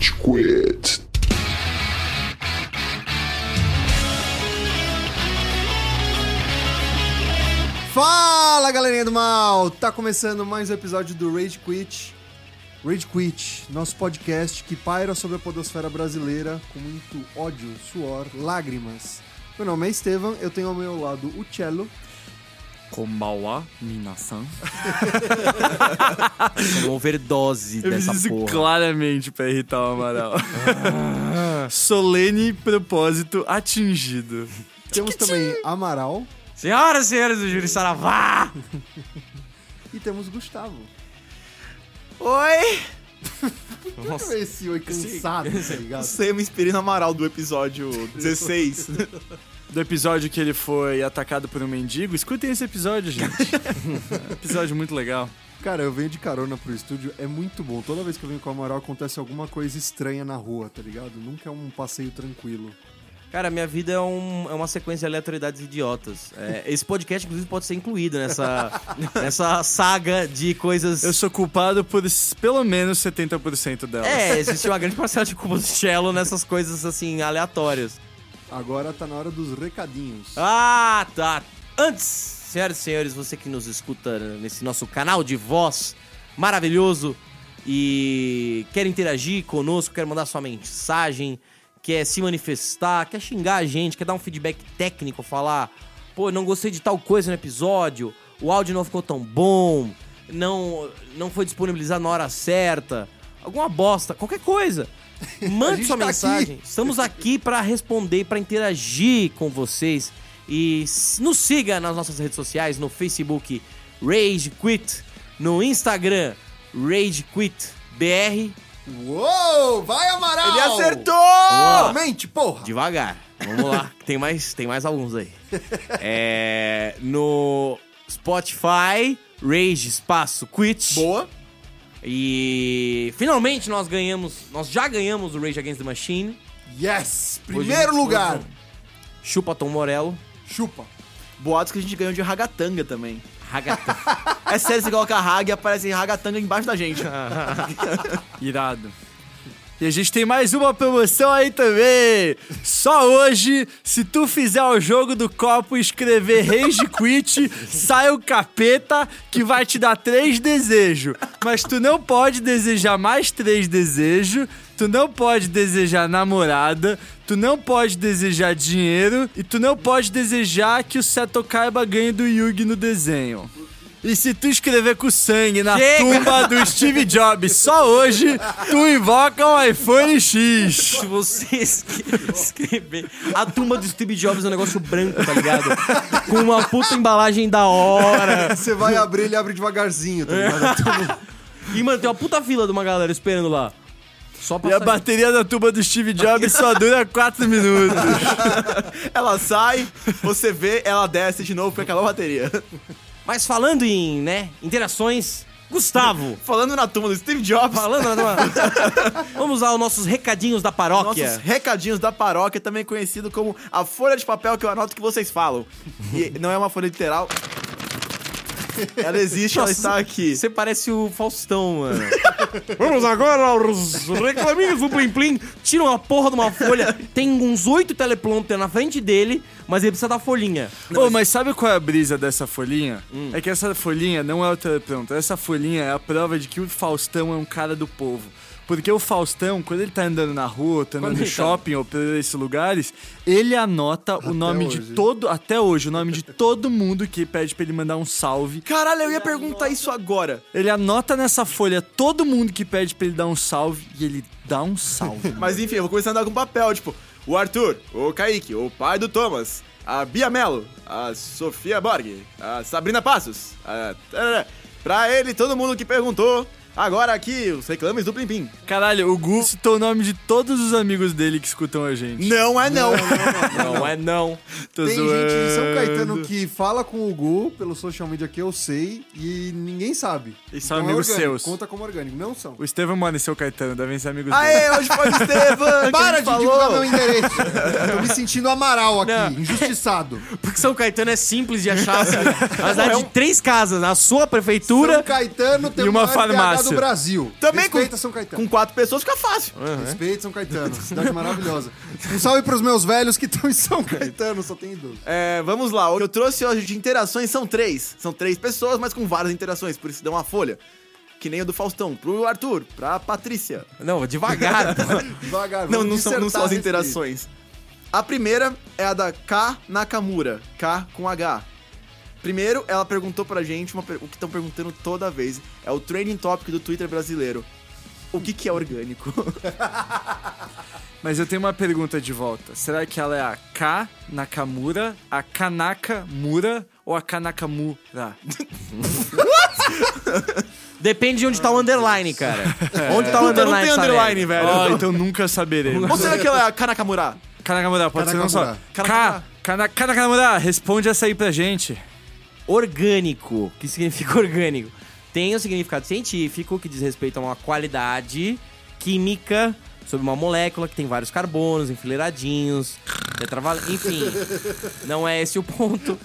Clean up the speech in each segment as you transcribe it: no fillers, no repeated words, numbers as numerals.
Rage Quit. Fala, galerinha do mal! Tá começando mais um episódio do Rage Quit. Rage Quit, nosso podcast que paira sobre a podosfera brasileira com muito ódio, suor, lágrimas. Meu nome é Estevam, eu tenho ao meu lado o Cello. Konbawa, minasan. Uma overdose dessa preciso porra. Claramente pra irritar o Amaral. Solene propósito atingido. Temos também Amaral. Senhoras e senhores do Júri Saravá! E temos Gustavo. Oi! Nossa, esse oi cansado, tá ligado? Você me inspirei no Amaral do episódio 16. Do episódio que ele foi atacado por um mendigo. Escutem esse episódio, gente. Episódio muito legal. Cara, eu venho de carona pro estúdio, é muito bom. Toda vez que eu venho com o Amaral acontece alguma coisa estranha na rua, tá ligado? Nunca é um passeio tranquilo. Cara, minha vida é uma sequência de aleatoriedades idiotas. Esse podcast, inclusive, pode ser incluído nessa saga de coisas... Eu sou culpado por pelo menos 70% delas. Existe uma grande parcela de culpa do Cello nessas coisas, assim, aleatórias. Agora tá na hora dos recadinhos. Ah, tá. Antes, senhoras e senhores, você que nos escuta nesse nosso canal de voz maravilhoso e quer interagir conosco, quer mandar sua mensagem, quer se manifestar, quer xingar a gente, quer dar um feedback técnico, falar, pô, não gostei de tal coisa no episódio, o áudio não ficou tão bom, não foi disponibilizado na hora certa, alguma bosta, qualquer coisa. Mande sua mensagem. Estamos aqui pra responder, pra interagir com vocês. E nos siga nas nossas redes sociais, no Facebook Rage Quit, no Instagram Rage Quit BR. Uou, vai, Amaral! Ele acertou! Realmente, porra! Devagar, vamos lá, tem mais alguns aí. No Spotify Rage Espaço Quit. Boa. E finalmente nós já ganhamos o Rage Against the Machine. Yes! Hoje Primeiro lugar! Chupa Tom Morello. Chupa! Boatos que a gente ganhou de ragatanga também. Ragatanga. É sério, você coloca rag e aparece ragatanga embaixo da gente. Irado. E a gente tem mais uma promoção aí também. Só hoje, se tu fizer o jogo do copo e escrever Rage Quit, sai o capeta que vai te dar 3 desejos. Mas tu não pode desejar mais 3 desejos, tu não pode desejar namorada, tu não pode desejar dinheiro e tu não pode desejar que o Seto Kaiba ganhe do Yugi no desenho. E se tu escrever com sangue na tumba do Steve Jobs só hoje, tu invoca um iPhone X. Se você escrever... A tumba do Steve Jobs é um negócio branco, tá ligado? Com uma puta embalagem da hora. Você vai abrir, ele abre devagarzinho, tá ligado? E, mano, tem uma puta fila de uma galera esperando lá. Só pra E a sair. bateria da tumba do Steve Jobs só dura 4 minutos. Ela sai, você vê, ela desce de novo porque acabou a bateria. Mas falando em, interações... Gustavo! Falando na turma do Steve Jobs. Vamos aos nossos recadinhos da paróquia. Nossos recadinhos da paróquia, também conhecido como a folha de papel que eu anoto que vocês falam. E não é uma folha literal. Ela existe, ela está aqui. Você parece o Faustão, mano. Vamos agora aos reclaminhos do Plim Plim. Tira uma porra de uma folha. Tem uns 8 teleprompter na frente dele, mas ele precisa da folhinha. Ô, mas sabe qual é a brisa dessa folhinha? É que essa folhinha não é o teleprompter. Essa folhinha é a prova de que o Faustão é um cara do povo. Porque o Faustão, quando ele tá andando na rua, tá andando no shopping ou por esses lugares, ele anota o nome de todo... Até hoje, o nome de todo mundo que pede pra ele mandar um salve. Caralho, eu ia perguntar isso agora. Ele anota nessa folha todo mundo que pede pra ele dar um salve e ele dá um salve. Mas enfim, eu vou começar a andar com papel, tipo... O Arthur, o Kaique, o pai do Thomas, a Bia Mello, a Sofia Borg, a Sabrina Passos, pra ele, todo mundo que perguntou... Agora aqui, os reclames do Plim Plim. Caralho, o Gu citou o nome de todos os amigos dele que escutam a gente. Não é não. Não é não. Tô Tem zoando. gente de São Caetano que fala com o Gu pelo social media que eu sei e ninguém sabe. E são Então amigos é orgânico, seus. Conta como orgânico. Não são. O Estevam mora em São Caetano, devem ser amigos dele. Aê, hoje foi o Estevam. Para de divulgar meu falou. endereço. Tô me sentindo Amaral aqui, Não. injustiçado. Porque São Caetano é simples de achar. Assim, na cidade de 3 casas, na sua prefeitura. São Caetano tem E o uma maior PH farmácia. isso. do Brasil. Também Respeita São Caetano. Com 4 pessoas fica fácil. Respeita São Caetano. Cidade maravilhosa. Um salve pros meus velhos que estão em São Caetano, só tem idoso. Vamos lá. O que eu trouxe hoje de interações são 3. São 3 pessoas, mas com várias interações. Por isso dá uma folha. Que nem o do Faustão. Pro Arthur, pra Patrícia. Não, devagar. Devagar, Não, vamos não são dissertar as a interações. A primeira é a da K Nakamura. K com H. Primeiro, ela perguntou pra gente o que estão perguntando toda vez. É o trending topic do Twitter brasileiro. O que é orgânico? Mas eu tenho uma pergunta de volta. Será que ela é a K Nakamura, a Kanaka Mura ou a Kanakamura? Depende de onde tá o underline, cara. Onde tá o Puta, não underline? tem essa underline, merda? velho. Então nunca saberemos. Ou será que ela é a Kanakamura? Kanakamura, pode ser não só. Kanakamura. Kanakamura, responde essa aí pra gente. Orgânico. O que significa orgânico? Tem o significado científico, que diz respeito a uma qualidade química sobre uma molécula que tem vários carbonos enfileiradinhos, enfim, não é esse o ponto.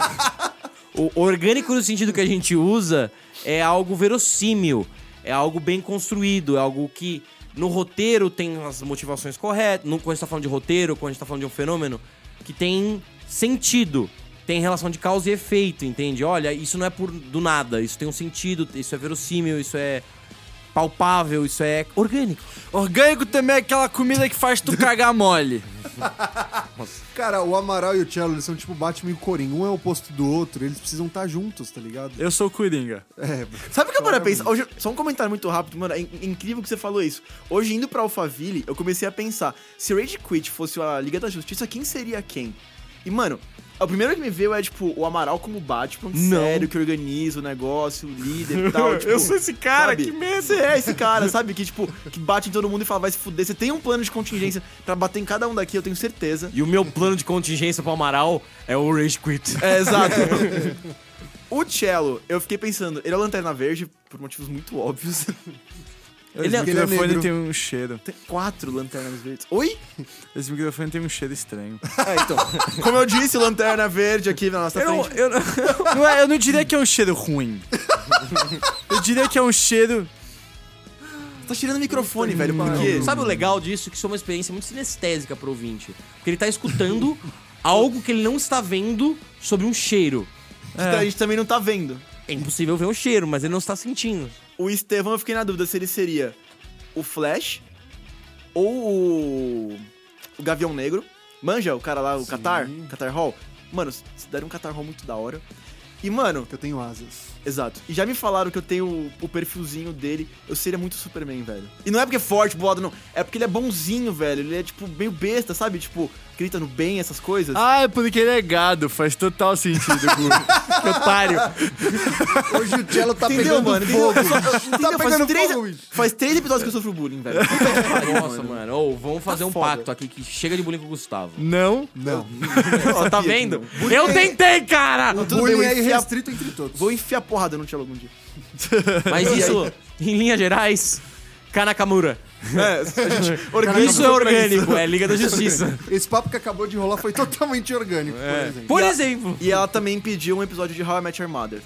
O orgânico no sentido que a gente usa é algo verossímil, é algo bem construído, é algo que no roteiro tem as motivações corretas, quando a gente tá falando de roteiro, quando a gente tá falando de um fenômeno, que tem sentido. Tem relação de causa e efeito, entende? Olha, isso não é do nada, isso tem um sentido, isso é verossímil, isso é palpável, isso é orgânico. Orgânico também é aquela comida que faz tu cagar mole. Cara, o Amaral e o Cello, eles são tipo Batman e o Coringa. Um é o oposto do outro, eles precisam estar juntos, tá ligado? Eu sou o Coringa. Sabe o que eu parei a pensar? Hoje, só um comentário muito rápido, mano. É incrível que você falou isso. Hoje, indo pra Alphaville, eu comecei a pensar: se Rage Quit fosse a Liga da Justiça, quem seria quem? E, mano, o primeiro que me veio é, tipo, o Amaral como Batman, sério, que organiza o negócio, o líder e tal. Tipo, Eu sou esse cara, sabe? que medo. Você é esse cara, sabe? Que, tipo, que bate em todo mundo e fala, vai se fuder. Você tem um plano de contingência pra bater em cada um daqui, eu tenho certeza. E o meu plano de contingência pro Amaral é o Rage Quit. É, exato. O Cello, eu fiquei pensando, ele é o Lanterna Verde por motivos muito óbvios. Esse é microfone negro. tem um cheiro. Tem 4 Lanternas Verdes. Oi? Esse microfone tem um cheiro estranho. Então, como eu disse, Lanterna Verde aqui na nossa frente. Eu não diria que é um cheiro ruim. Eu diria que é um cheiro... Você tá tirando o microfone, velho, por quê? Sabe o legal disso? Que isso é uma experiência muito sinestésica pro ouvinte. Porque ele tá escutando algo que ele não está vendo sobre um cheiro. A gente também não tá vendo. É impossível ver um cheiro, mas ele não está sentindo. O Estevão, eu fiquei na dúvida se ele seria o Flash ou o Gavião Negro. Manja, o cara lá, o Qatar Hall. Mano, se deram um Qatar Hall muito da hora. E, mano... Que eu tenho asas. Exato. E já me falaram que eu tenho o perfilzinho dele. Eu seria muito Superman, velho. E não é porque é forte, bolado, não. É porque ele é bonzinho, velho. Ele é, tipo, meio besta, sabe? Tipo, acredita no bem, essas coisas. Ah, é porque ele é gado. Faz total sentido, Gu. Que otário. Hoje o Cello tá Entendeu, pegando mano? fogo. Entendeu? pegando fogo, bicho. Faz 3 episódios que eu sofro bullying, velho. Nossa, mano. Ô, vamos fazer um foda. pacto aqui que chega de bullying com o Gustavo. Não. Não. Ó, tá vendo? Eu tentei, cara! O Tudo bullying bem, é vou enfiar- irrestrito entre todos. Vou enfiar porrada no Cello algum dia. Mas isso, em linhas gerais, Kanakamura. Orgânico Isso é orgânico, é Liga da Justiça. Esse papo que acabou de rolar foi totalmente orgânico, por exemplo. Por exemplo. E ela também pediu um episódio de How I Met Your Mother.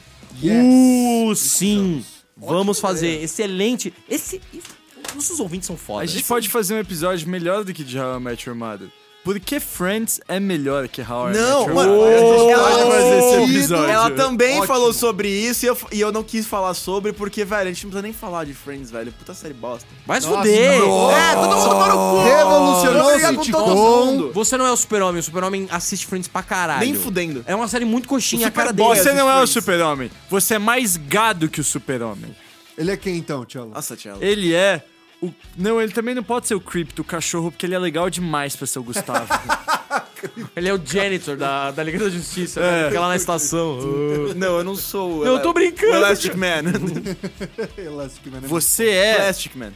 Sim. Vamos fazer. Excelente. Nossos ouvintes são A foda. gente pode fazer um episódio melhor do que de How I Met Your Mother. Por que Friends é melhor que How I Não, Met Your mano, Mother? A gente ela- pode fazer esse Ótimo. episódio. Ela também Ótimo. falou sobre isso e eu não quis falar sobre porque, velho, a gente não precisa nem falar de Friends, velho. Puta série bosta. Vai se Nossa, fuder. não. É, todo mundo tomar no cu. Revolucionou Vou o brigar com todo sitcom. mundo. Você não é o Super-Homem. O Super-Homem assiste Friends pra caralho. Nem fudendo. É uma série muito coxinha, a cara Superboy dele. Você não é o Friends. Super-Homem. Você é mais gado que o Super-Homem. Ele é quem então, Cello? Nossa, Cello. Ele é o... Não, ele também não pode ser o Crypto, o cachorro, porque ele é legal demais pra ser o Gustavo. Ele é o janitor da Liga da Justiça. Né? Fica lá na estação. Não, eu não sou. Eu tô brincando. O Elastic Man. Elastic Man. Você é... Plastic Man.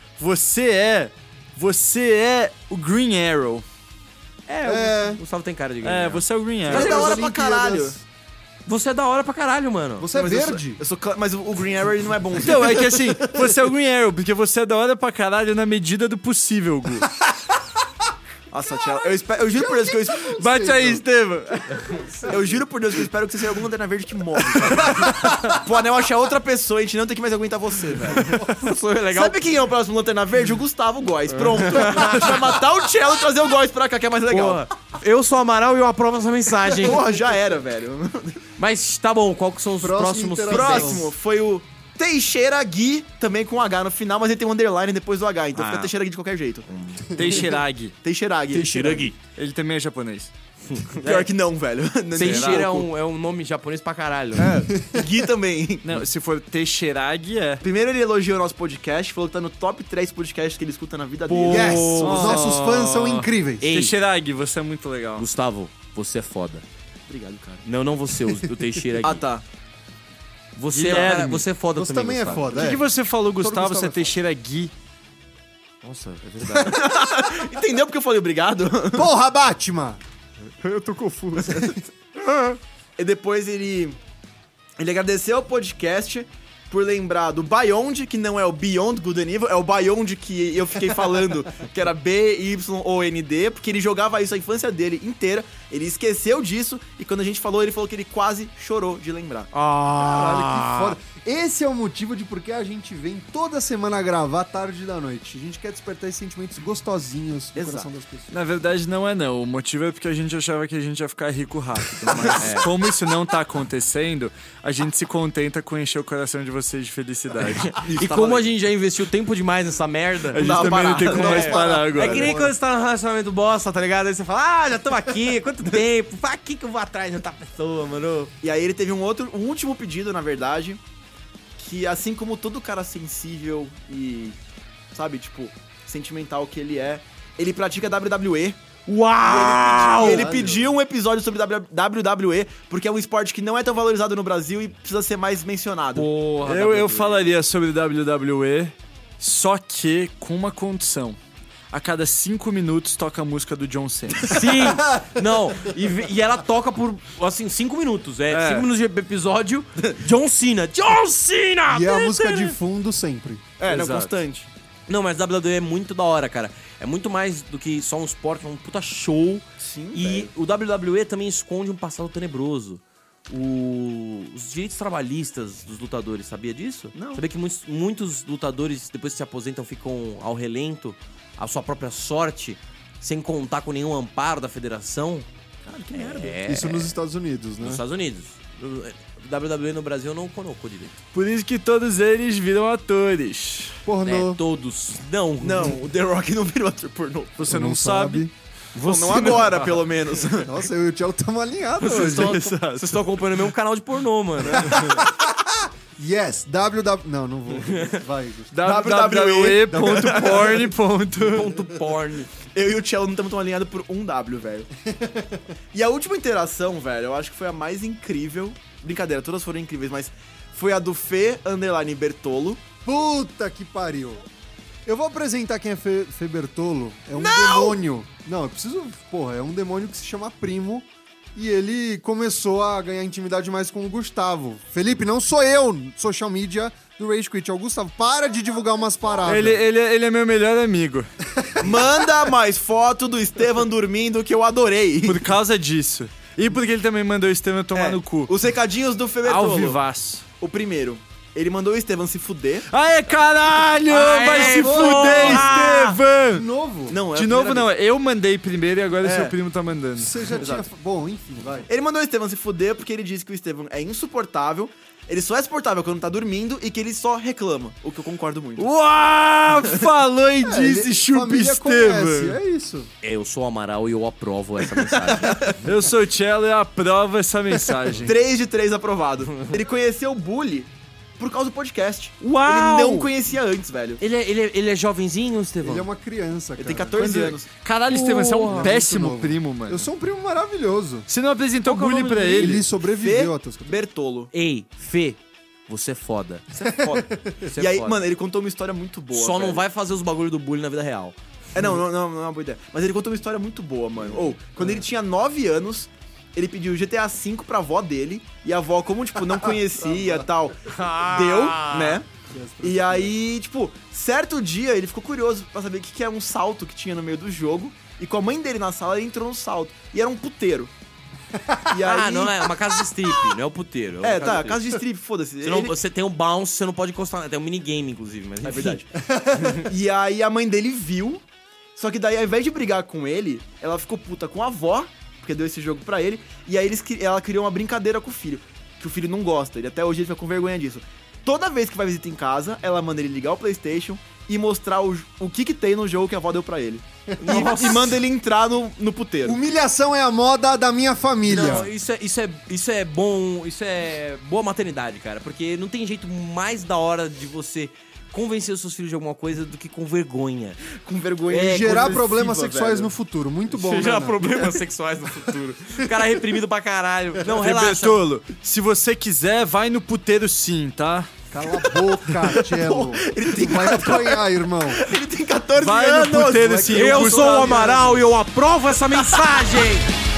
Você é o Green Arrow. O Gustavo tem cara de É, você é o Green Mas Arrow. é da hora nas pra Olimpíadas. caralho. Você é da hora pra caralho, mano. Você é Mas eu sou- verde. mas o Green Arrow ele não é bom. Então, é que assim, você é o Green Arrow, porque você é da hora pra caralho na medida do possível, Gu. Nossa, Tchelo, eu juro por Deus que Bate aí, Estevam. eu juro por Deus que eu espero que você seja algum Lanterna Verde que morre, cara. Pro Anel achar outra pessoa e a gente não tem que mais aguentar você, velho. Legal. Sabe quem é o próximo Lanterna Verde? O Gustavo Góes. Pronto. A gente vai matar o Tchelo e trazer o Góes pra cá, que é mais legal. Porra, eu sou Amaral e eu aprovo essa mensagem. Porra, já era, velho. Mas tá bom, qual que são os Próximo próximos interação. feedbacks? Próximo foi o Teixeira Gui, também com H no final, mas ele tem um underline depois do H, então fica Teixeira Gui de qualquer jeito. Teixeiragi. Teixeira Gui. Ele também é japonês. Pior que não, velho. Teixeira é um nome japonês pra caralho. Gui também. Não, se for Teixeiragi, é. Primeiro ele elogiou o nosso podcast, falou que tá no top 3 podcasts que ele escuta na vida dele. Yes! Os nossos fãs são incríveis. Ei, Teixeiragi, você é muito legal. Gustavo, você é foda. Obrigado, cara. Não você, o Teixeira aqui. Ah, tá. Você Guilherme. você é foda Você também, também é Gustavo. foda, O que você falou, Gustavo? Gustavo Você é é foda. Teixeiragi. Nossa, é verdade. Entendeu porque eu falei obrigado? Porra, Batman! Eu tô confuso. E depois ele agradeceu ao podcast por lembrar do Beyond, que não é o Beyond Good and Evil, é o Beyond que eu fiquei falando, que era B-Y-O-N-D, porque ele jogava isso a infância dele inteira, ele esqueceu disso, e quando a gente falou, ele falou que ele quase chorou de lembrar. Caralho, que foda. Esse é o motivo de por que a gente vem toda semana gravar tarde da noite. A gente quer despertar esses sentimentos gostosinhos no Exato. coração das pessoas. Na verdade, não é não. O motivo é porque a gente achava que a gente ia ficar rico rápido. Mas como isso não tá acontecendo, a gente se contenta com encher o coração de vocês de felicidade. E como a gente já investiu tempo demais nessa merda... A gente dá pra também não parar, tem como não mais dá pra parar É agora. que nem quando você tá num relacionamento bosta, tá ligado? Aí você fala, já estamos aqui, quanto tempo? Pra que eu vou atrás de outra pessoa, mano? E aí ele teve um último pedido, na verdade, que assim como todo cara sensível e, sabe, tipo, sentimental que ele é, ele pratica WWE. Uau! E ele pediu um episódio sobre WWE, porque é um esporte que não é tão valorizado no Brasil e precisa ser mais mencionado. Porra, Eu falaria sobre WWE, só que com uma condição. A cada 5 minutos toca a música do John Cena. Sim! Não, e ela toca por, assim, 5 minutos. 5 minutos de episódio, John Cena. John Cena! E é a música de fundo sempre. É, não, Exato. constante. Não, mas WWE é muito da hora, cara. É muito mais do que só um esporte, é um puta show. Sim, E o WWE também esconde um passado tenebroso. Os direitos trabalhistas dos lutadores, sabia disso? Não. Sabia que muitos lutadores, depois que se aposentam, ficam ao relento, à sua própria sorte, sem contar com nenhum amparo da federação? Cara, que merda. Isso nos Estados Unidos, né? Nos Estados Unidos. WWE no Brasil não colocou direito. Por isso que todos eles viram atores. Pornô. Todos. Não. Não, o The Rock não virou ator pornô. Você não sabe. Bom, não agora, pelo menos. Nossa, eu e o Tchau estamos alinhados Vocês hoje. estão acompanhando o mesmo canal de pornô, mano. Yes, www... Não vou. Vai, Gustavo. www.porn. Ponto porn. Eu e o Tchelo não estamos tão alinhados por um W, velho. E a última interação, velho, eu acho que foi a mais incrível. Brincadeira, todas foram incríveis, mas foi a do Fê_Bertolo. Puta que pariu. Eu vou apresentar quem é Fê Bertolo. É um demônio. Não, eu preciso... Porra, é um demônio que se chama Primo. E ele começou a ganhar intimidade mais com o Gustavo. Felipe, não sou eu, social media do Rage Quit. É o Gustavo. Para de divulgar umas paradas. Ele é meu melhor amigo. Manda mais foto do Estevam dormindo que eu adorei. Por causa disso. E porque ele também mandou o Estevam tomar no cu. Os recadinhos do Fê Bertolo. Ao vivaço. O primeiro, ele mandou o Estevam se fuder. Aê, caralho! Aê, vai se porra! fuder, De Estevam! novo? Não, é De a novo, primeira não. Eu mandei primeiro e agora É. seu primo tá mandando. Você já tinha... Bom, enfim, vai. Ele mandou o Estevam se fuder porque ele disse que o Estevam é insuportável, ele só é suportável quando tá dormindo e que ele só reclama, o que eu concordo muito. Uau! Falou e disse, Ele- chupa família conhece, Estevam. é isso. Eu sou o Amaral e eu aprovo essa mensagem. Eu sou o Cello e aprovo essa mensagem. 3 de 3 aprovado. Ele conheceu o Bully por causa do podcast. Uau! Ele não conhecia antes, velho. Ele é jovenzinho, Estevão? Ele é uma criança, cara. Ele tem 14 anos. Caralho, Estevam, você é um Porra, péssimo muito novo. primo, mano. Eu sou um primo maravilhoso. Você não apresentou Qual que é o bullying nome pra dele? ele. Ele sobreviveu até os 14. Bertolo. Ei, Fê, você é foda. Isso é foda. Você E é aí, foda. mano, ele contou uma história muito boa. Só não velho. vai fazer os bagulho do bullying na vida real. Não é uma boa ideia. Mas ele contou uma história muito boa, mano. Ou, quando ele tinha 9 anos, ele pediu GTA V pra avó dele. E a avó, como, tipo, não conhecia e tal, deu, né? E aí, tipo, certo dia ele ficou curioso pra saber o que é um salto que tinha no meio do jogo. E com a mãe dele na sala, ele entrou no salto. E era um puteiro. E aí... não é uma casa de strip, não é o puteiro. É, tá, casa de strip, foda-se. Você tem um bounce, você não pode encostar. Tem um minigame, inclusive, mas enfim. É verdade. E aí a mãe dele viu, só que daí ao invés de brigar com ele, ela ficou puta com a avó, porque deu esse jogo pra ele, e aí ela criou uma brincadeira com o filho, que o filho não gosta, ele até hoje ele fica com vergonha disso. Toda vez que vai visitar em casa, ela manda ele ligar o PlayStation e mostrar o que tem no jogo que a avó deu pra ele. E manda ele entrar no puteiro. Humilhação é a moda da minha família. Não, isso é bom, isso é boa maternidade, cara, porque não tem jeito mais da hora de você convencer os seus filhos de alguma coisa do que com vergonha. Com vergonha. Gerar possessiva, problemas sexuais velho. no futuro. Muito bom, Gerar né? problemas sexuais no futuro. O cara é reprimido pra caralho. Não, relaxa. Bertolo, se você quiser, vai no puteiro sim, tá? Cala a boca, Cello. Ele vai apanhar, irmão. Ele tem 14 Vai anos! no puteiro sim. Eu sou o Amaral e eu aprovo essa mensagem.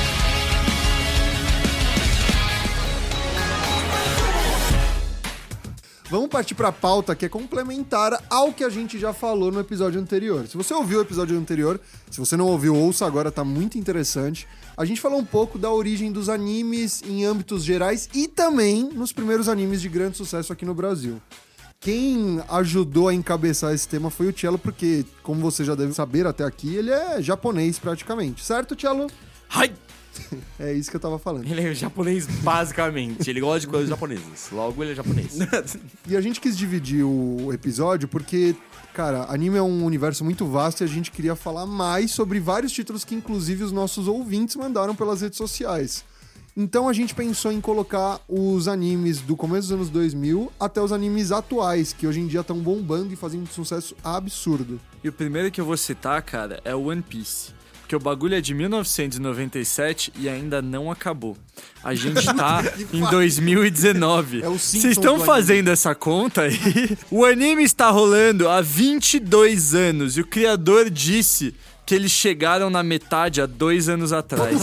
Vamos partir pra pauta que é complementar ao que a gente já falou no episódio anterior. Se você ouviu o episódio anterior, se você não ouviu, ouça agora, tá muito interessante. A gente falou um pouco da origem dos animes em âmbitos gerais e também nos primeiros animes de grande sucesso aqui no Brasil. Quem ajudou a encabeçar esse tema foi o Cello, porque, como você já deve saber até aqui, ele é japonês praticamente. Certo, Cello? Ai. É isso que eu tava falando. Ele é japonês basicamente. Ele gosta de coisas japonesas. Logo, ele é japonês. E a gente quis dividir o episódio porque, cara, anime é um universo muito vasto e a gente queria falar mais sobre vários títulos que, inclusive, os nossos ouvintes mandaram pelas redes sociais. Então a gente pensou em colocar os animes do começo dos anos 2000 até os animes atuais, que hoje em dia estão bombando e fazendo um sucesso absurdo. E o primeiro que eu vou citar, cara, é o One Piece. Porque o bagulho é de 1997 e ainda não acabou. A gente tá em 2019. É o Simpsons Vocês estão do anime. fazendo essa conta aí? O anime está rolando há 22 anos e o criador disse que eles chegaram na metade há 2 anos atrás.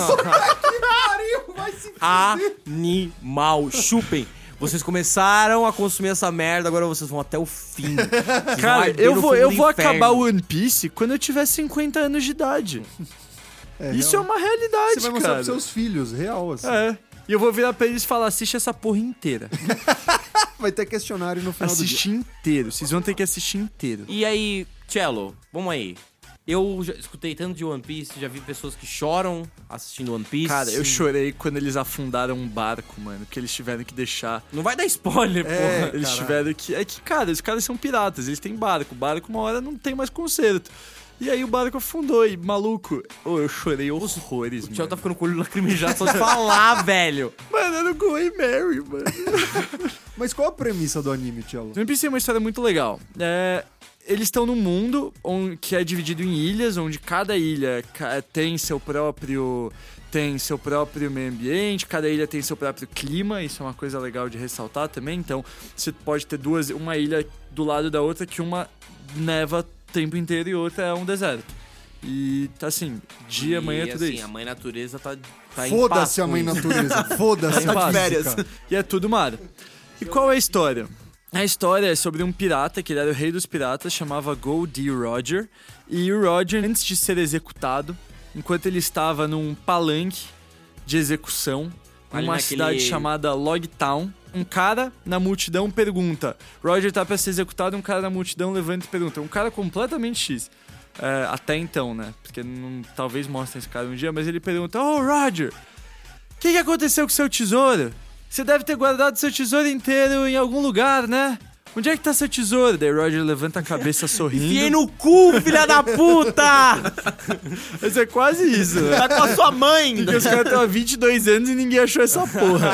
Animal. Chupem. Vocês começaram a consumir essa merda, agora vocês vão até o fim. Vocês vão Cara, arder eu no vou fundo do acabar inferno. o One Piece quando eu tiver 50 anos de idade. Isso é uma realidade, Você vai mostrar cara. pros seus filhos, real, assim. É. E eu vou virar pra eles e falar, assiste essa porra inteira. Vai ter questionário no final do dia. Assistir inteiro. Vocês vão ter que assistir inteiro. E aí, Cello, vamos aí. Eu já escutei tanto de One Piece, já vi pessoas que choram assistindo One Piece. Cara, eu chorei quando eles afundaram um barco, mano. Que eles tiveram que deixar. Não vai dar spoiler, porra. Eles tiveram que... É que, cara, os caras são piratas. Eles têm barco. O barco, uma hora, não tem mais conserto. E aí o barco afundou e, maluco... eu chorei horrores, O Cello mano. tá ficando com o olho lacrimejado só de falar, velho. Mano, era o Going Mary, mano. Mas qual a premissa do anime, Cello? One Piece é uma história muito legal. Eles estão num mundo que é dividido em ilhas, onde cada ilha tem seu próprio meio ambiente, cada ilha tem seu próprio clima, isso é uma coisa legal de ressaltar também. Então, você pode ter uma ilha do lado da outra que uma neva o tempo inteiro e outra é um deserto. E tá assim, dia, manhã, tudo assim, isso. a mãe natureza tá em Foda-se paz a com mãe isso. natureza. Foda-se. Tá de férias. E é tudo mar. E qual é a história? A história é sobre um pirata, que ele era o rei dos piratas, chamava Gold Roger. E o Roger, antes de ser executado, enquanto ele estava num palanque de execução, Ali numa naquele- cidade chamada Logtown, um cara na multidão pergunta. Roger tá pra ser executado, um cara na multidão levanta e pergunta. Um cara completamente X. Até então, né? Porque talvez mostrem esse cara um dia, mas ele pergunta: "Oh, Roger, o que aconteceu com seu tesouro? Você deve ter guardado seu tesouro inteiro em algum lugar, né? Onde é que tá seu tesouro?" Daí Roger levanta a cabeça sorrindo. Enfiei no cu, filha da puta! Mas é quase isso, né? Tá com a sua mãe! Porque os caras estão há 22 anos e ninguém achou essa porra.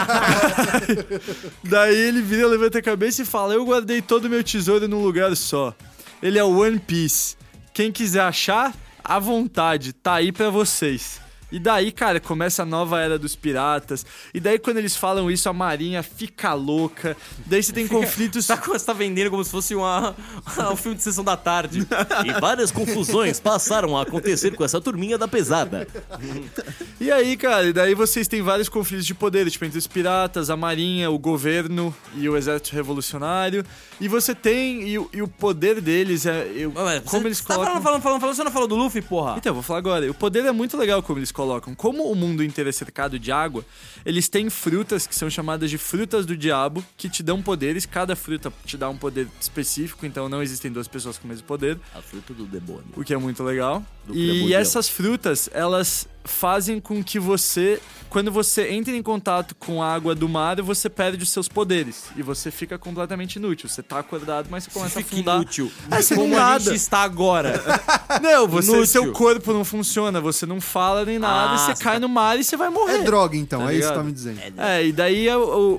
Daí ele vira, levanta a cabeça e fala: "Eu guardei todo o meu tesouro num lugar só. Ele é o One Piece. Quem quiser achar, à vontade, tá aí pra vocês." E daí, cara, começa a nova era dos piratas. E daí, quando eles falam isso, a marinha fica louca. Daí você tem conflitos... Você tá vendendo como se fosse um filme de sessão da tarde. E várias confusões passaram a acontecer com essa turminha da pesada. E aí, cara, e daí vocês têm vários conflitos de poder, tipo, entre os piratas, a marinha, o governo e o exército revolucionário. E você tem... E o poder deles como eles colocam... Falando, você não falou do Luffy, porra? Então, vou falar agora. O poder é muito legal como eles colocam. Como o mundo inteiro é cercado de água, eles têm frutas que são chamadas de frutas do diabo, que te dão poderes. Cada fruta te dá um poder específico, então não existem duas pessoas com o mesmo poder. A fruta do demônio. O que é muito legal. Do E Cremodião. essas frutas, elas fazem com que você... Quando você entra em contato com a água do mar, você perde os seus poderes. E você fica completamente inútil. Você tá acordado, mas você começa a Fica afundar. inútil. Você Como não a nada. gente está agora. Não, Inútil. seu corpo não funciona, você não fala nem nada, Ah, você você cai tá- no mar e você vai morrer. É droga, então, Tá é isso que ligado? tá me dizendo. E daí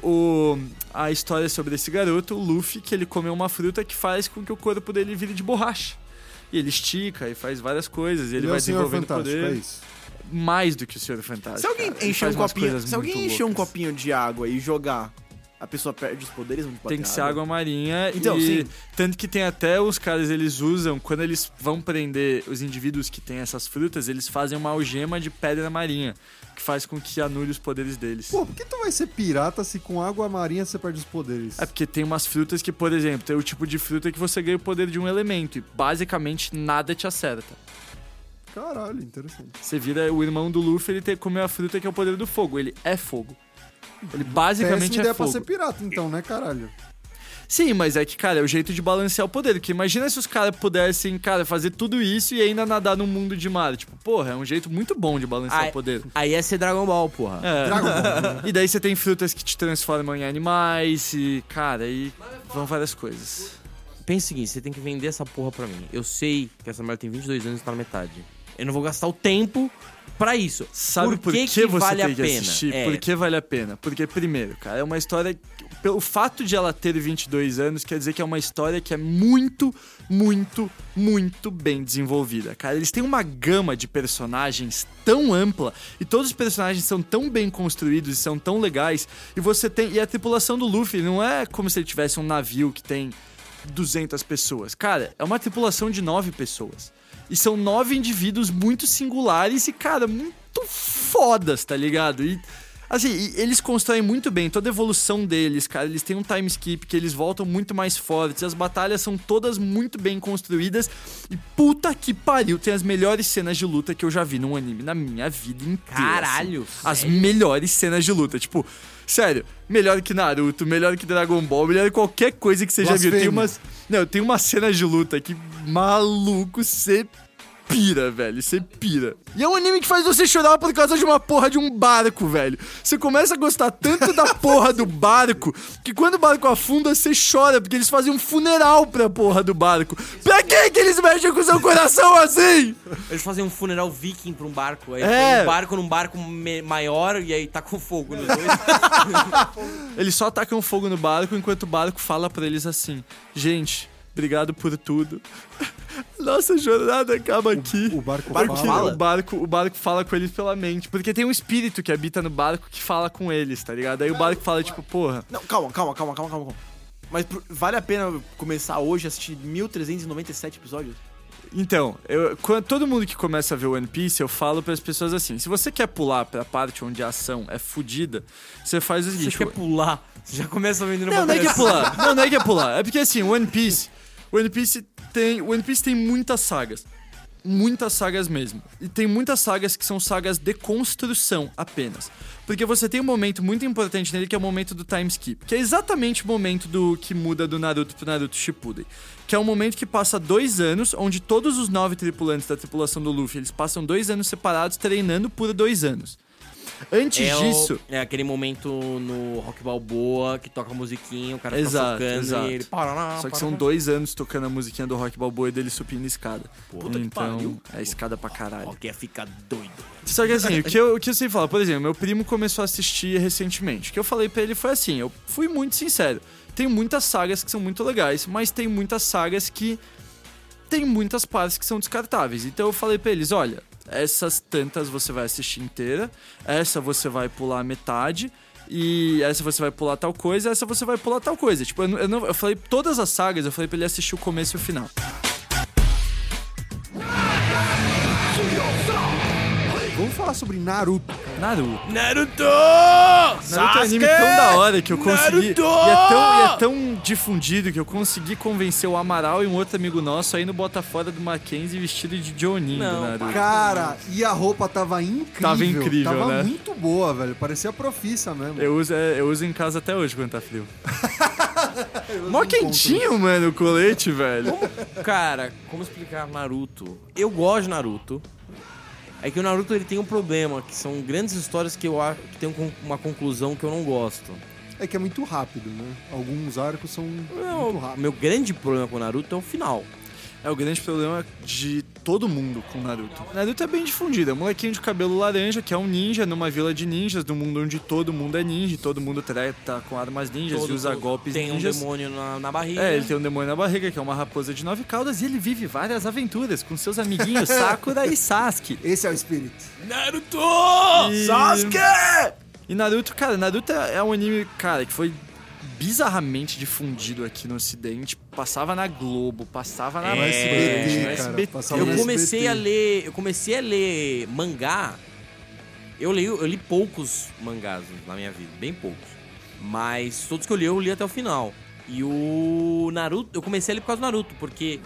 a história sobre esse garoto, o Luffy, que ele comeu uma fruta que faz com que o corpo dele vire de borracha. E ele estica e faz várias coisas, e ele Ele é vai o Senhor desenvolvendo Fantástico, poder. é isso. Mais do que o Senhor Fantástico. Se alguém cara. Ele encher um faz umas copinho, coisas se alguém muito encher um loucas. copinho de água e jogar, a pessoa perde os poderes onde Tem que ser água marinha. Então, e sim. tanto que tem até os caras, eles usam, quando eles vão prender os indivíduos que têm essas frutas, eles fazem uma algema de pedra marinha, que faz com que anule os poderes deles. Pô, por que tu vai ser pirata se com água marinha você perde os poderes? É porque tem umas frutas que, por exemplo, tem o tipo de fruta que você ganha o poder de um elemento e basicamente nada te acerta. Caralho, interessante. Você vira o irmão do Luffy, ele comeu a fruta que é o poder do fogo. Ele é fogo. Ele basicamente Péssima é ideia fogo. pra ser pirata, então, né, caralho? Sim, mas é que, cara, é o jeito de balancear o poder. Porque imagina se os caras pudessem, cara, fazer tudo isso e ainda nadar no mundo de mar. Tipo, porra, é um jeito muito bom de balancear o poder. Aí é ser Dragon Ball, porra. É. Dragon Ball, né? E daí você tem frutas que te transformam em animais e, cara, aí vão várias coisas. Pensa o seguinte, você tem que vender essa porra pra mim. Eu sei que essa mulher tem 22 anos e tá na metade. Eu não vou gastar o tempo pra isso. Sabe por que que você vale tem a que pena? assistir? É, Por que vale a pena? Porque, primeiro, cara, é uma história... Pelo fato de ela ter 22 anos, quer dizer que é uma história que é muito, muito, muito bem desenvolvida. Cara, eles têm uma gama de personagens tão ampla e todos os personagens são tão bem construídos e são tão legais. E você tem... E a tripulação do Luffy não é como se ele tivesse um navio que tem 200 pessoas. Cara, é uma tripulação de 9 pessoas. E são 9 indivíduos muito singulares e, cara, muito fodas, tá ligado? E, assim, eles constroem muito bem toda a evolução deles, cara. Eles têm um time skip que eles voltam muito mais fortes. As batalhas são todas muito bem construídas. E puta que pariu, tem as melhores cenas de luta que eu já vi num anime na minha vida inteira. Caralho, assim. As sério? melhores cenas de luta. Tipo, sério, melhor que Naruto, melhor que Dragon Ball, melhor que qualquer coisa que você já viu. Tem umas cenas de luta que, maluco, você pira, velho. Você pira. E é um anime que faz você chorar por causa de uma porra de um barco, velho. Você começa a gostar tanto da porra do barco que quando o barco afunda, você chora, porque eles fazem um funeral pra porra do barco. Pra que eles mexem com o seu coração assim? Eles fazem um funeral viking pra um barco. Aí É. põe um barco num barco maior e aí tá com fogo nos dois. Eles só tacam fogo no barco enquanto o barco fala pra eles assim: gente, obrigado por tudo. Nossa jornada acaba aqui. O barco barco fala. fala? O barco fala com eles pela mente. Porque tem um espírito que habita no barco que fala com eles, tá ligado? Aí o barco fala, tipo, porra. Não, calma. Mas vale a pena começar hoje a assistir 1397 episódios? Então, todo mundo que começa a ver One Piece, eu falo pras pessoas assim: se você quer pular pra parte onde a ação é fodida, você faz o Você seguinte. quer pular, você já começa vendendo Não, uma não é que é coisa pular. Não é que é pular. É porque assim, One Piece tem muitas sagas. Muitas sagas mesmo. E tem muitas sagas que são sagas de construção apenas. Porque você tem um momento muito importante nele que é o momento do time skip. Que é exatamente o momento que muda do Naruto pro Naruto Shippuden. Que é um momento que passa 2 anos, onde todos os 9 tripulantes da tripulação do Luffy, eles passam 2 anos separados treinando por 2 anos. Antes disso... É aquele momento no Rock Balboa que toca a musiquinha, o cara fica Exato, socando exato. e ele... Só que são 2 anos tocando a musiquinha do Rock Balboa e dele subindo a escada. Puta que Então, pariu. é escada pra caralho. Rock ia ficar doido. Só que assim, o que eu sei falar, por exemplo, meu primo começou a assistir recentemente. O que eu falei pra ele foi assim, eu fui muito sincero. Tem muitas sagas que são muito legais, mas tem muitas sagas que tem muitas partes que são descartáveis. Então eu falei pra eles, olha, essas tantas você vai assistir inteira, essa você vai pular metade, e essa você vai pular tal coisa, essa você vai pular tal coisa. Tipo, eu falei todas as sagas, eu falei pra ele assistir o começo e o final. Vamos falar sobre Naruto. Naruto. Naruto! Naruto é um anime tão da hora que eu consegui. Naruto! E é tão difundido que eu consegui convencer o Amaral e um outro amigo nosso aí no Bota-Fora do Mackenzie vestido de Jonin do Não, Naruto. Cara, e a roupa tava incrível. Tava incrível, tava né? muito boa, velho. Parecia profissa mesmo. Eu uso em casa até hoje quando tá frio. Eu Mó não quentinho, mano, o colete, velho. Cara, como explicar Naruto? Eu gosto de Naruto. É que o Naruto ele tem um problema, que são grandes histórias que eu acho que tem uma conclusão que eu não gosto. É que é muito rápido, né? Alguns arcos são muito rápidos. Meu grande problema com o Naruto é o final. É o grande problema de todo mundo com Naruto. Naruto é bem difundido, é um molequinho de cabelo laranja que é um ninja numa vila de ninjas, num mundo onde todo mundo é ninja, todo mundo treta com armas ninjas e usa golpes tem ninjas. Tem um demônio na barriga. É, ele tem um demônio na barriga, que é uma raposa de 9 caudas, e ele vive várias aventuras com seus amiguinhos Sakura e Sasuke. Esse é o espírito. Naruto! Sasuke! E Naruto, cara, Naruto é um anime, cara, que foi bizarramente difundido aqui no Ocidente. Passava na Globo, passava na No É, SBT, no cara. SBT. Passava Eu no comecei SBT. a ler mangá. Eu li poucos mangás na minha vida, bem poucos. Mas todos que eu li até o final. E o Naruto, eu comecei a ler por causa do Naruto, porque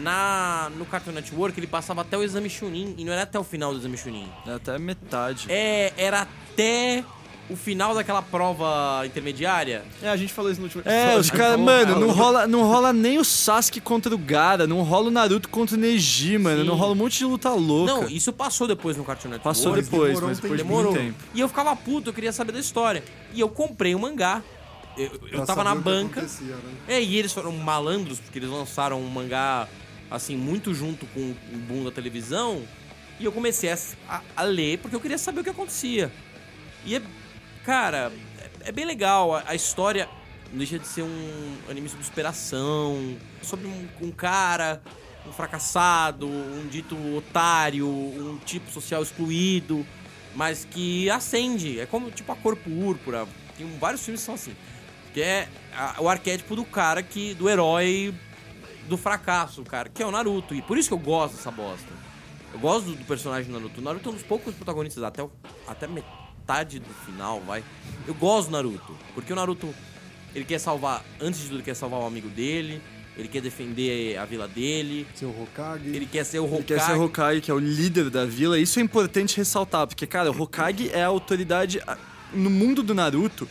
no Cartoon Network ele passava até o Exame Chunin, e não era até o final do Exame Chunin. Até metade. Era até o final daquela prova intermediária. A gente falou isso no último Os caras, mano, não rola nem o Sasuke contra o Gaara, não rola o Naruto contra o Neji, mano, Sim. não rola um monte de luta louca. Não, isso passou depois no Cartoon Network. Passou Mas depois, demorou mas um depois de Demorou. muito tempo. E eu ficava puto, eu queria saber da história. E eu comprei o mangá. Eu Pra tava saber na o que banca. acontecia, né? E eles foram malandros, porque eles lançaram um mangá, assim, muito junto com o boom da televisão. E eu comecei a ler, porque eu queria saber o que acontecia. E, cara, é bem legal. A história não deixa de ser um anime sobre superação, sobre um cara, um fracassado, um dito otário, um tipo social excluído, mas que ascende. É como, tipo, a cor púrpura. Tem vários filmes que são assim. Que é o arquétipo do cara do herói do fracasso, cara, que é o Naruto. E por isso que eu gosto dessa bosta. Eu gosto do personagem do Naruto. O Naruto é um dos poucos protagonistas, até metade do final, vai. Eu gosto do Naruto. Porque o Naruto, ele quer salvar, antes de tudo, ele quer salvar o amigo dele. Ele quer defender a vila dele. Seu Hokage. Ele quer ser o Hokage. Ele quer ser o Hokage, que é o líder da vila. Isso é importante ressaltar, porque, cara, o Hokage é a autoridade... No mundo do Naruto,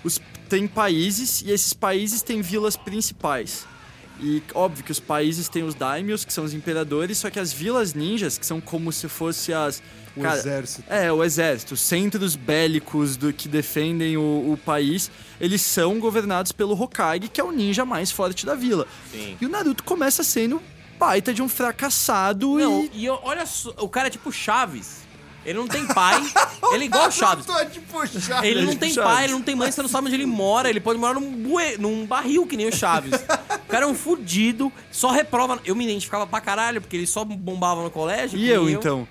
tem países, e esses países têm vilas principais. E óbvio que os países têm os daimyos, que são os imperadores, só que as vilas ninjas, que são como se fosse O exército. o exército, os centros bélicos que defendem o país, eles são governados pelo Hokage, que é o ninja mais forte da vila. Sim. E o Naruto começa sendo baita de um fracassado Não, olha só, o cara é tipo Chaves. Ele não tem pai, ele é igual o Chaves. Ele não tem pai, ele não tem mãe, você não sabe onde ele mora. Ele pode morar num barril, que nem o Chaves. O cara é um fudido, só reprova. Eu me identificava pra caralho, porque ele só bombava no colégio. E eu, então?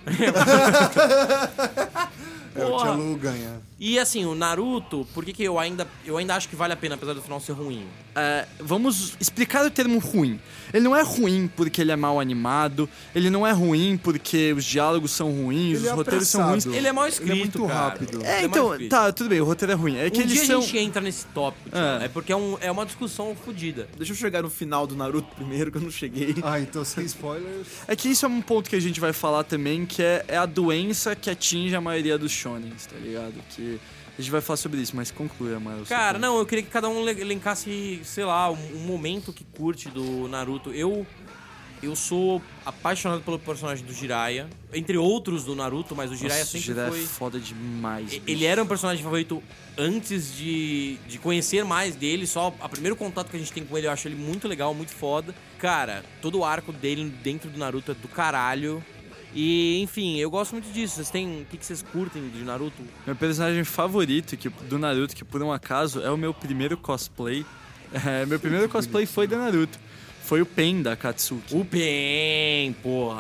O Tia Lu ganha. E assim, o Naruto, por que eu ainda acho que vale a pena, apesar do final ser ruim? Vamos explicar o termo ruim. Ele não é ruim porque ele é mal animado, ele não é ruim porque os diálogos são ruins, Ele os é roteiros são apressado. ruins. Ele é mal escrito, Ele é muito cara. rápido. Ele é mal Então, escrito. tá, tudo bem, o roteiro é ruim. É que Um eles dia são... a gente entra nesse tópico, Thiago, porque é uma discussão fodida. Deixa eu chegar no final do Naruto primeiro, que eu não cheguei. Ah, então sem spoilers. É que isso é um ponto que a gente vai falar também, que é a doença que atinge a maioria dos shonens, tá ligado? Que a gente vai falar sobre isso, mas conclui, Amaro. Cara, não, eu queria que cada um elencasse, sei lá, um momento que curte do Naruto. Eu sou apaixonado pelo personagem do Jiraiya, entre outros do Naruto, mas o Jiraiya Nossa, sempre Jiraiya foi... é foda demais, bicho. Ele era um personagem favorito antes de conhecer mais dele, só o primeiro contato que a gente tem com ele, eu acho ele muito legal, muito foda. Cara, todo o arco dele dentro do Naruto é do caralho. E, enfim, eu gosto muito disso. Vocês têm... O que vocês curtem de Naruto? Meu personagem favorito do Naruto, que por um acaso é o meu primeiro cosplay. Meu primeiro cosplay foi do Naruto. Foi o Pen da Akatsuki. O Pen, porra.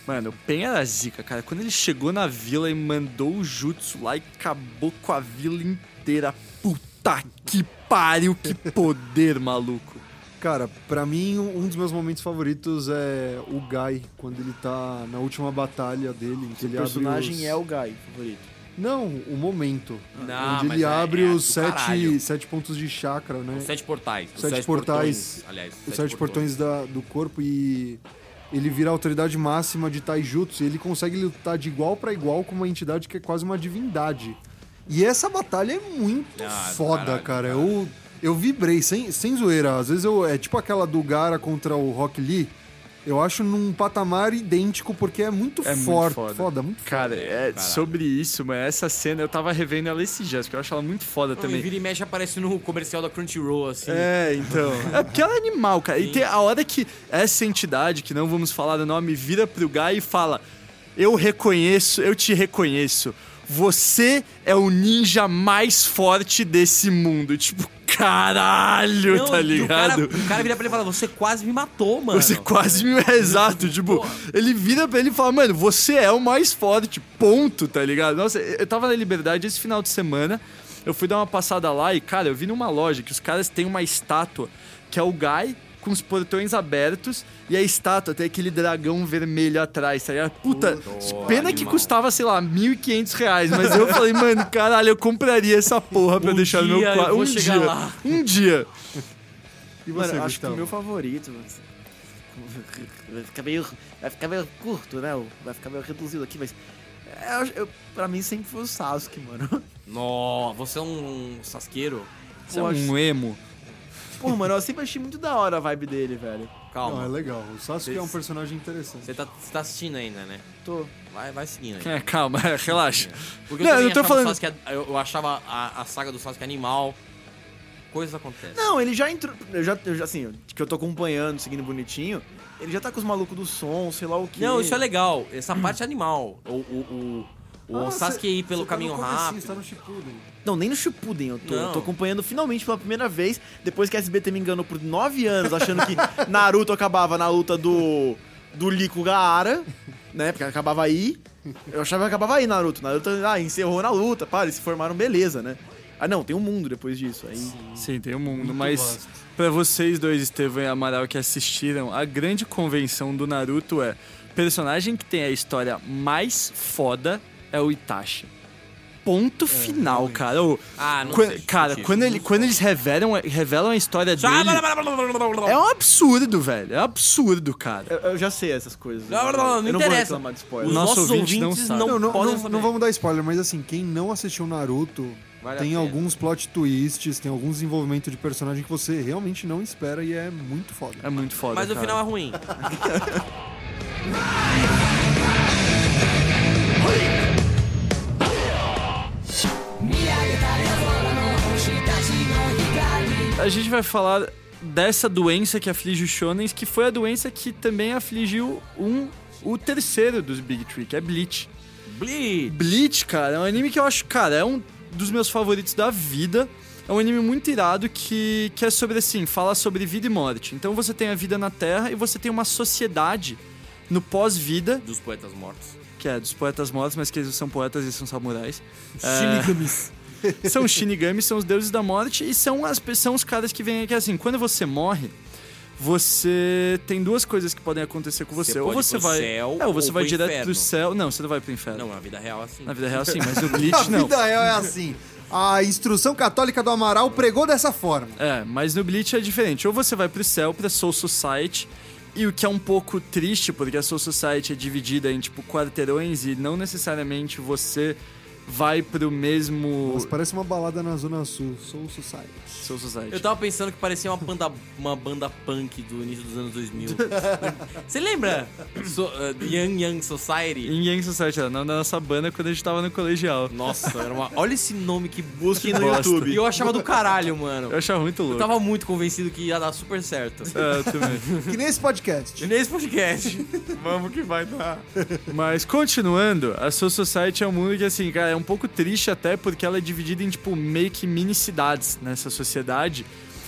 Mano, o Pen era zica, cara. Quando ele chegou na vila e mandou o jutsu lá e acabou com a vila inteira. Puta que pariu, que poder, maluco. Cara, pra mim, um dos meus momentos favoritos é o Guy, quando ele tá na última batalha dele. Em que O ele personagem abre os... é o Guy, favorito. Não, o momento. Não, onde mas ele é- abre é os do caralho. sete pontos de chakra, né? Os 7 portais. Os sete portais. Aliás, Os 7 portões do corpo e ele vira a autoridade máxima de Taijutsu e ele consegue lutar de igual pra igual com uma entidade que é quase uma divindade. E essa batalha é muito foda, cara. Eu vibrei, sem zoeira. Às vezes é tipo aquela do Gaara contra o Rock Lee. Eu acho num patamar idêntico, porque é muito forte. Foda, muito Cara, sobre isso, mano, essa cena eu tava revendo ela esses dias, porque eu acho ela muito foda Também. também. Vira e mexe aparece no comercial da Crunchyroll, assim. É, então. É porque ela é animal, cara. Sim. E tem a hora que essa entidade, que não vamos falar do nome, vira pro Guy e fala: eu te reconheço. Você é o ninja mais forte desse mundo. Tipo, caralho, Não, tá e ligado? O cara vira pra ele e fala, você quase me matou, mano. Você quase me... Exato, tipo, ele vira pra ele e fala, mano, você é o mais forte, ponto, tá ligado? Nossa, eu tava na Liberdade esse final de semana, eu fui dar uma passada lá e, cara, eu vi numa loja que os caras têm uma estátua que é o Guy com os portões abertos e a estátua tem aquele dragão vermelho atrás, tá ligado? Puta, pena que animal. custava, sei lá, R$1.500, mas eu falei, mano, caralho, eu compraria essa porra pra deixar no meu dia eu quarto. vou chegar lá. Um dia. E você, Mano, acho que Gustavo? o meu favorito... Vai ficar meio curto, né? Vai ficar meio reduzido aqui, mas... pra mim sempre foi o Sasuke, mano. Nossa, você é um sasqueiro. Você é um emo. Pô, mano, eu sempre achei muito da hora a vibe dele, velho. Não, Calma. é legal. O Sasuke é um personagem interessante. Você tá assistindo ainda, né? Tô. Vai seguindo aí. É, calma, relaxa. Porque Não, eu também eu tô achava falando- o Sasuke, eu achava a saga do Sasuke animal. Coisas acontecem. Não, ele já entrou... Eu já, assim, que eu tô acompanhando, seguindo bonitinho, ele já tá com os malucos do som, sei lá o quê. Não, isso é legal. Essa parte é animal. O Sasuke ir pelo caminho rápido. Você tá no Shippuden. Não, nem no Shippuden eu tô. Não. Eu tô acompanhando finalmente pela primeira vez, depois que a SBT me enganou por 9 anos, achando que Naruto acabava na luta do Lee com o Gaara, né? Porque acabava aí. Eu achava que acabava aí Naruto. Naruto encerrou na luta, pá, eles se formaram, beleza, né? Ah, não, tem um mundo depois disso. Aí... Sim, tem um mundo, Muito mas vasto. pra vocês dois, Estevão e Amaral, que assistiram, a grande convenção do Naruto é o personagem que tem a história mais foda é o Itachi. Ponto final, cara. Não sei Cara, discutir. quando eles revelam a história dele, é um absurdo, velho. É um absurdo, cara. Eu já sei essas coisas. Não eu não vou interessa. reclamar de spoiler. Os Nosso nossos ouvinte não ouvintes sabe. não, Não, podem não saber. vamos dar spoiler, mas assim, quem não assistiu Naruto, Vale a tem pena. alguns plot twists, tem algum desenvolvimento de personagem que você realmente não espera e é muito foda. É muito foda, Mas o cara. final é ruim. A gente vai falar dessa doença que aflige os shonens, que foi a doença que também afligiu o terceiro dos Big Three, que é Bleach. Bleach. Bleach, cara, é um anime que eu acho, cara, é um dos meus favoritos da vida. É um anime muito irado que é sobre, assim, fala sobre vida e morte. Então você tem a vida na Terra e você tem uma sociedade no pós-vida, Dos poetas mortos. que é dos poetas mortos, mas que eles são poetas e são samurais. Shinigamis. São os Shinigamis, são os deuses da morte e são os caras que vêm aqui, assim, quando você morre, você tem duas coisas que podem acontecer com você. Você Ou pode ir você pro vai... céu ou você ou vai pro direto inferno. pro céu. Não, você não vai pro inferno. Não, na vida real é assim. Na vida real, sim, mas o A Bleach, não. vida real é assim. A instrução católica do Amaral pregou dessa forma. É, mas no Bleach é diferente. Ou você vai pro céu, pra Soul Society, e o que é um pouco triste, porque a Soul Society é dividida em, tipo, quarteirões, e não necessariamente você vai pro mesmo... Nossa, parece uma balada na Zona Sul, Soul Society. Soul Society. Eu tava pensando que parecia uma banda punk do início dos anos 2000. Você lembra? Young Society? Em Yang Society, na nossa banda, quando a gente tava no colegial. Nossa, era uma... Olha esse nome que Busquem no bosta. YouTube. E eu achava do caralho, mano. Eu achava muito Eu louco. tava muito convencido que ia dar super certo. É, eu também. Que nem esse podcast. E nesse podcast. Vamos que vai dar. Mas, continuando, a Soul Society é um mundo que, assim, cara, é um pouco triste até porque ela é dividida em, tipo, meio que mini cidades nessa sociedade.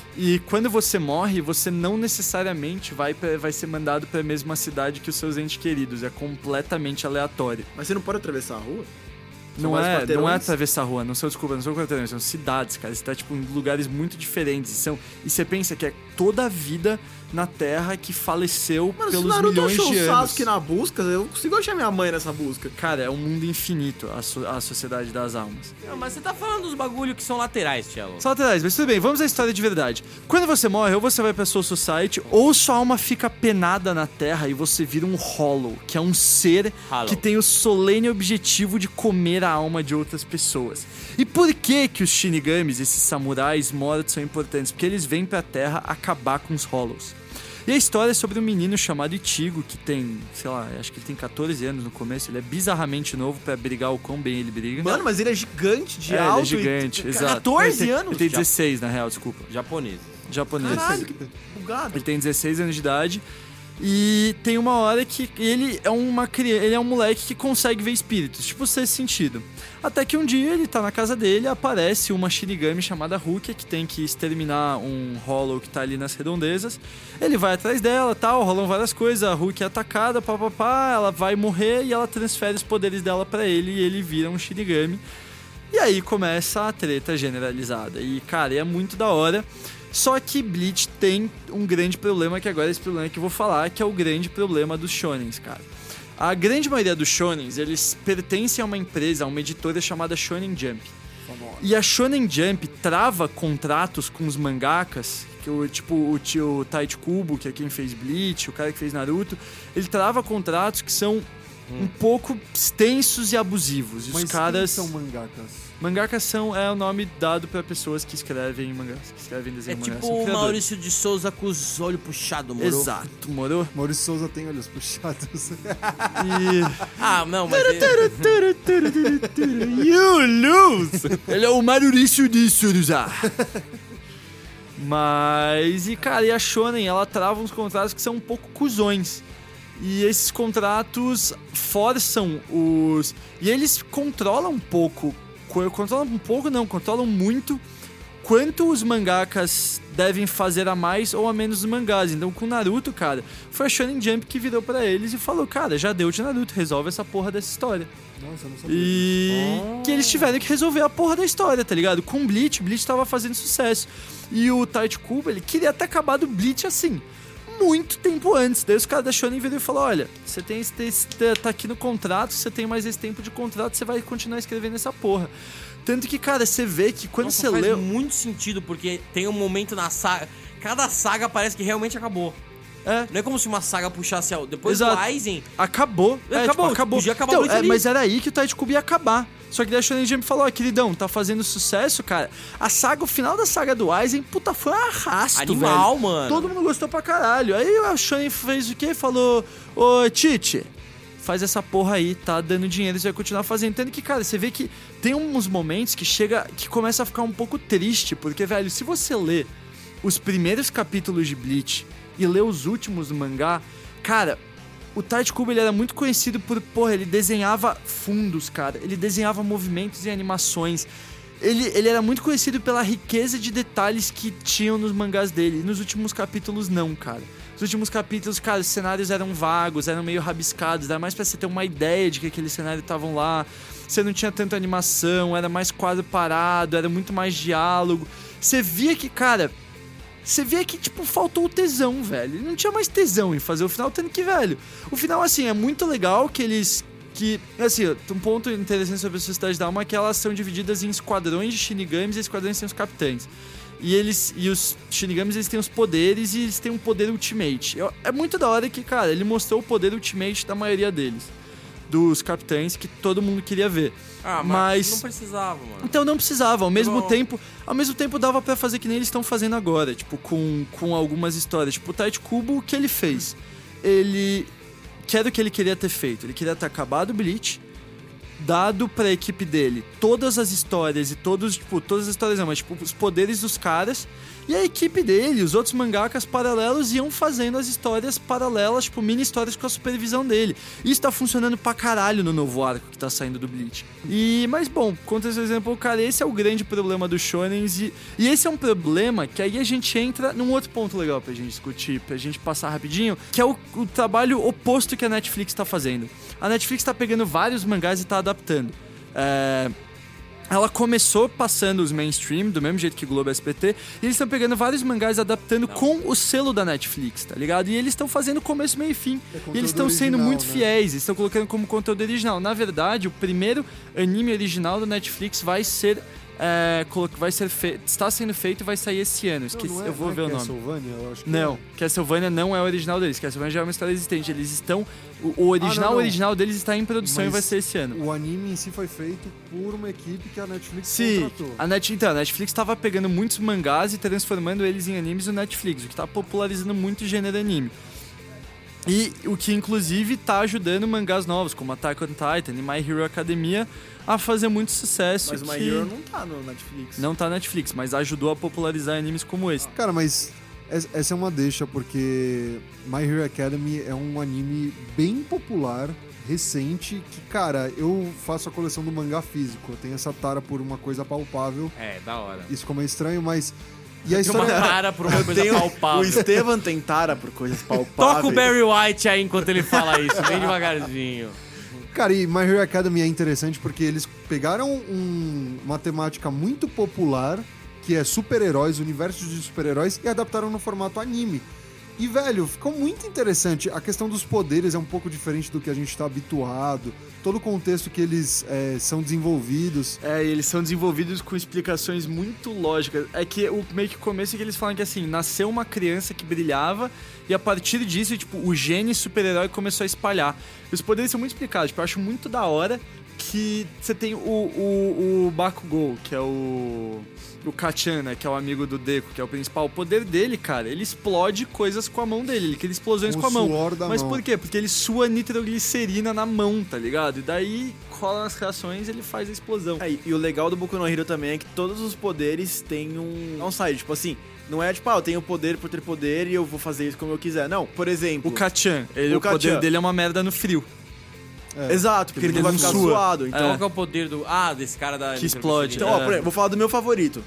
E quando você morre, você não necessariamente vai ser mandado pra mesma cidade que os seus entes queridos. É completamente aleatório. Mas você não pode atravessar a rua? Não é atravessar a rua, não são quarteirões, são cidades, cara. Você tá, tipo, em lugares muito diferentes. E você pensa que é toda a vida na Terra que faleceu pelos milhões de anos. Mano, se o Naruto achou o Sasuke na busca, eu consigo achar minha mãe nessa busca. Cara, é um mundo infinito, a Sociedade das Almas. Não, mas você tá falando dos bagulho que são laterais, Thiago. São laterais, mas tudo bem, vamos à história de verdade. Quando você morre, ou você vai pra Soul Society, ou sua alma fica penada na Terra e você vira um Hollow, que é um ser que tem o solene objetivo de comer a alma de outras pessoas. E por que os Shinigamis, esses samurais mortos, são importantes? Porque eles vêm pra Terra acabar com os Hollows. E a história é sobre um menino chamado Ichigo, que tem, sei lá, acho que ele tem 14 anos no começo, ele é bizarramente novo pra brigar o quão bem ele briga. Mano, mas ele é gigante de alto. Ele é gigante, exato. 14 anos? Ele tem 16, na real, desculpa. Japonês. Caralho, que bugado. Ele tem 16 anos de idade. E tem uma hora que ele é um moleque que consegue ver espíritos, tipo sexto sentido. Até que um dia ele tá na casa dele, aparece uma Shinigami chamada Rukia, que tem que exterminar um Hollow que tá ali nas redondezas. Ele vai atrás dela, tal, rolam várias coisas, a Rukia é atacada, papapá, ela vai morrer e ela transfere os poderes dela pra ele e ele vira um Shinigami. E aí começa a treta generalizada. E, cara, é muito da hora. Só que Bleach tem um grande problema, que agora é esse problema que eu vou falar, que é o grande problema dos shonens, cara. A grande maioria dos shonens, eles pertencem a uma empresa, a uma editora chamada Shonen Jump. E a Shonen Jump trava contratos com os mangakas, que o Taichi Kubo, que é quem fez Bleach, o cara que fez Naruto, ele trava contratos que são um pouco extensos e abusivos. E Mas os caras quem são mangakas? Mangakas é o nome dado pra pessoas que escrevem mangás, que escrevem desenho É mangás. tipo São o criadores. Maurício de Souza com os olhos puxados, moro? Exato, morou? Maurício Souza tem olhos puxados. E... Ah, não, mas... You lose! Ele é o Maurício de Souza. Mas, e cara, e a Shonen, ela trava uns contratos que são um pouco cuzões. E esses contratos forçam os... E eles controlam um pouco... Controlam muito quanto os mangakas devem fazer a mais ou a menos os mangás. Então, com Naruto, cara, foi a Shonen Jump que virou pra eles e falou, cara, já deu de Naruto, resolve essa porra dessa história. Nossa, eu não sabia. E que eles tiveram que resolver a porra da história, tá ligado? Com Bleach tava fazendo sucesso. E o Taichi Kubo, ele queria ter acabado o Bleach assim, muito tempo antes. Daí os caras da Shonen viram e falaram, olha, você tá aqui no contrato, você tem mais esse tempo de contrato, você vai continuar escrevendo essa porra. Tanto que, cara, você vê que quando você lê... faz muito sentido, porque tem um momento na saga... Cada saga parece que realmente acabou. É. Não é como se uma saga puxasse... Depois Exato. do Aizen... Acabou. Acabou. Podia acabar então, muito ali. mas era aí que o Taichi Kubo ia acabar. Só que daí a Shonen Jump falou, ó, queridão, tá fazendo sucesso, cara. O final da saga do Aizen, puta, foi um arrasto, Animal, velho. mano. Todo mundo gostou pra caralho. Aí a Shonen fez o quê? Falou, ô, Tite, faz essa porra aí, tá dando dinheiro, você vai continuar fazendo. Entendo que, cara, você vê que tem uns momentos que começa a ficar um pouco triste, porque, velho, se você lê os primeiros capítulos de Bleach e lê os últimos do mangá, cara... O Taichi Kubo, ele era muito conhecido por, porra, ele desenhava fundos, cara. Ele desenhava movimentos e animações. Ele era muito conhecido pela riqueza de detalhes que tinham nos mangás dele. E nos últimos capítulos, não, cara. Nos últimos capítulos, cara, os cenários eram vagos, eram meio rabiscados. Era mais pra você ter uma ideia de que aquele cenário estavam lá. Você não tinha tanta animação, era mais quadro parado, era muito mais diálogo. Você via que, cara... Você vê que, tipo, faltou o tesão, velho. Ele não tinha mais tesão em fazer o final, tendo que, velho... O final, assim, é muito legal que eles... assim, um ponto interessante sobre a Sociedade da Alma é que elas são divididas em esquadrões de Shinigamis e esquadrões têm os capitães. E os Shinigamis, eles têm os poderes e eles têm um poder ultimate. É muito da hora que, cara, ele mostrou o poder ultimate da maioria deles. Dos capitães que todo mundo queria ver. Ah, mas não precisava, mano. Então não precisava, ao mesmo tempo dava pra fazer que nem eles estão fazendo agora, tipo, com algumas histórias. Tipo, o Taichi Kubo, o que ele fez? Que era o que ele queria ter feito. Ele queria ter acabado o Bleach, dado pra equipe dele todas as histórias e todas as histórias não, mas tipo, os poderes dos caras, E a equipe dele, os outros mangakas paralelos, iam fazendo as histórias paralelas, tipo, mini histórias com a supervisão dele. Isso tá funcionando pra caralho no novo arco que tá saindo do Bleach. Mas bom, conta esse exemplo, cara, esse é o grande problema dos shonens e esse é um problema que aí a gente entra num outro ponto legal pra gente discutir, pra gente passar rapidinho, que é o trabalho oposto que a Netflix tá fazendo. A Netflix tá pegando vários mangás e tá adaptando. Ela começou passando os mainstream, do mesmo jeito que Globo SBT, e eles estão pegando vários mangás e adaptando com o selo da Netflix, tá ligado? E eles estão fazendo começo, meio e fim. E eles estão sendo muito fiéis, eles estão colocando como conteúdo original. Na verdade, o primeiro anime original da Netflix vai ser... está sendo feito e vai sair esse ano. Eu vou ver o nome. Castlevania? Eu acho que não, Castlevania não é o original deles. Castlevania já é uma história existente. Eles estão... O original deles está em produção. Mas e vai ser esse ano. O anime em si foi feito por uma equipe que a Netflix contratou. A Netflix estava pegando muitos mangás e transformando eles em animes no Netflix, o que está popularizando muito o gênero anime. E o que inclusive tá ajudando mangás novos, como Attack on Titan e My Hero Academia, a fazer muito sucesso. Mas o My Hero não tá no Netflix. Não tá na Netflix, mas ajudou a popularizar animes como esse. Cara, mas essa é uma deixa, porque My Hero Academy é um anime bem popular, recente, que, cara, eu faço a coleção do mangá físico. Eu tenho essa tara por uma coisa palpável. Da hora. Isso como é estranho, mas... E a Tem história... uma tara por uma coisa palpável. O Estevam tem tara por coisas palpáveis. Toca o Barry White aí enquanto ele fala isso, bem devagarzinho. Cara, e My Hero Academy é interessante porque eles pegaram uma temática muito popular, que é super-heróis, universos de super-heróis, e adaptaram no formato anime. E, velho, ficou muito interessante. A questão dos poderes é um pouco diferente do que a gente tá habituado. Todo o contexto que eles são desenvolvidos. E eles são desenvolvidos com explicações muito lógicas. É que o meio que começo é que eles falam que, assim, nasceu uma criança que brilhava e a partir disso, tipo, o gene super-herói começou a espalhar. Os poderes são muito explicados. Tipo, eu acho muito da hora que você tem o Bakugou, que é o Kachan, né, que é o amigo do Deku, que é o principal. O poder dele, cara, ele explode coisas com a mão dele, ele cria explosões com a mão. Mas por quê? Porque ele sua nitroglicerina na mão, tá ligado? E daí rola as reações e ele faz a explosão. E o legal do Boku no Hero também é que todos os poderes têm um downside, tipo assim, não é tipo, eu tenho poder por ter poder e eu vou fazer isso como eu quiser. Não, por exemplo... O Kachan, o poder dele é uma merda no frio. Exato, porque ele vai ficar suado. Então, qual que é o poder desse cara da... Que explode. Então, por exemplo, vou falar do meu favorito.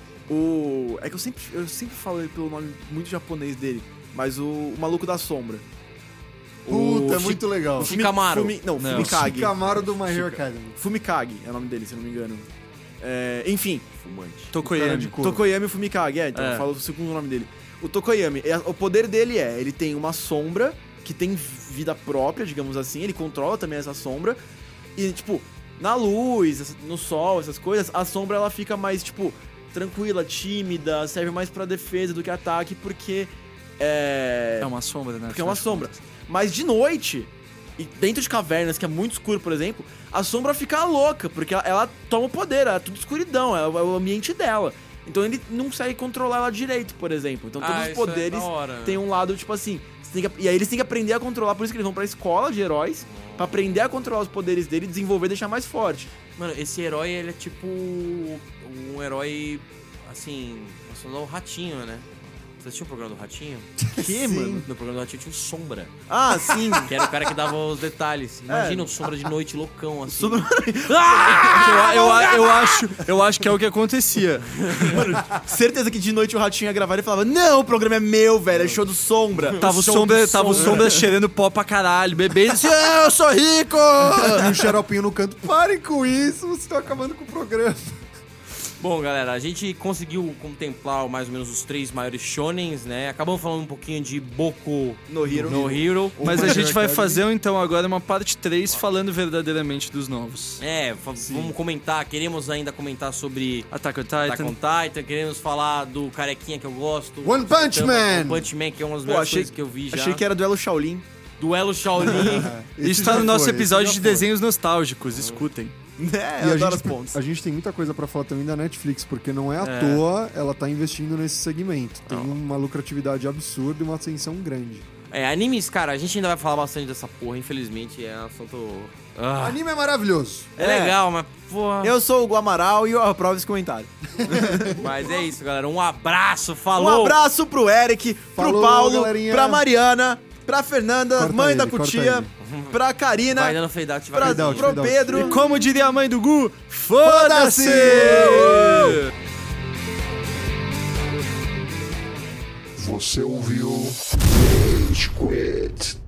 É que eu sempre falo ele pelo nome muito japonês dele, mas o Maluco da Sombra. Puta, é muito legal. O Shikamaru. Fumikage. Shikamaru do My Hero Academy. Fumikage é o nome dele, se eu não me engano. Enfim. Fumante. Tokoyami Fumikage, então eu falo o segundo nome dele. O Tokoyami, o poder dele ele tem uma sombra que tem vida própria, digamos assim, ele controla também essa sombra, e, tipo, na luz, no sol, essas coisas, a sombra, ela fica mais, tipo, tranquila, tímida, serve mais pra defesa do que ataque, porque é uma sombra, né? Porque é uma sombra. Mas de noite, e dentro de cavernas, que é muito escuro, por exemplo, a sombra fica louca, porque ela toma o poder, é tudo escuridão, é o ambiente dela. Então ele não consegue controlar ela direito, por exemplo. Então todos os poderes têm um lado, tipo assim... E aí eles têm que aprender a controlar, por isso que eles vão pra escola de heróis, pra aprender a controlar os poderes dele, desenvolver e deixar mais forte. Mano, esse herói, ele é tipo um herói, assim, nacional, o Ratinho, né? Você assistiu o programa do Ratinho? Que, mano? No programa do Ratinho tinha o Sombra. Ah, sim! Que era o cara que dava os detalhes. Imagina o Sombra de noite, loucão, assim. Eu acho que é o que acontecia. Mano, certeza que de noite o Ratinho ia gravar e falava: não, o programa é meu, velho, é show do Sombra. Tava o Sombra cheirando pó pra caralho, bebendo assim, eu sou rico! E o xaropinho no canto, parem com isso, vocês estão acabando com o programa. Bom, galera, a gente conseguiu contemplar mais ou menos os 3 maiores shonens, né? Acabamos falando um pouquinho de Boku no Hero. Mas a gente vai fazer, então, agora uma parte 3 falando verdadeiramente dos novos. Vamos comentar, queremos ainda comentar sobre Attack on Titan, queremos falar do carequinha que eu gosto. One Punch Man! One Punch Man, que é uma das melhores coisas que eu vi já. Achei que era Duelo Shaolin. Duelo Shaolin. Isso tá no nosso episódio de desenhos nostálgicos, escutem. E eu adoro os pontos. A gente tem muita coisa pra falar também da Netflix, porque não é à toa ela tá investindo nesse segmento. Tem uma lucratividade absurda e uma atenção grande. Animes, cara, a gente ainda vai falar bastante dessa porra, infelizmente. É um assunto... Anime é maravilhoso. É legal, mas, porra... Eu sou o Hugo Amaral e eu aprovo esse comentário. Mas é isso, galera. Um abraço, falou! Um abraço pro Eric, pro Falou, Paulo, galerinha. pra Mariana, pra Fernanda, Corta mãe ele, da corta Cutia, pra Karina, Vai dando fade out pra, devagarzinho. pro fade out. Pedro. E como diria a mãe do Gu, foda-se! Você ouviu Rage Quit.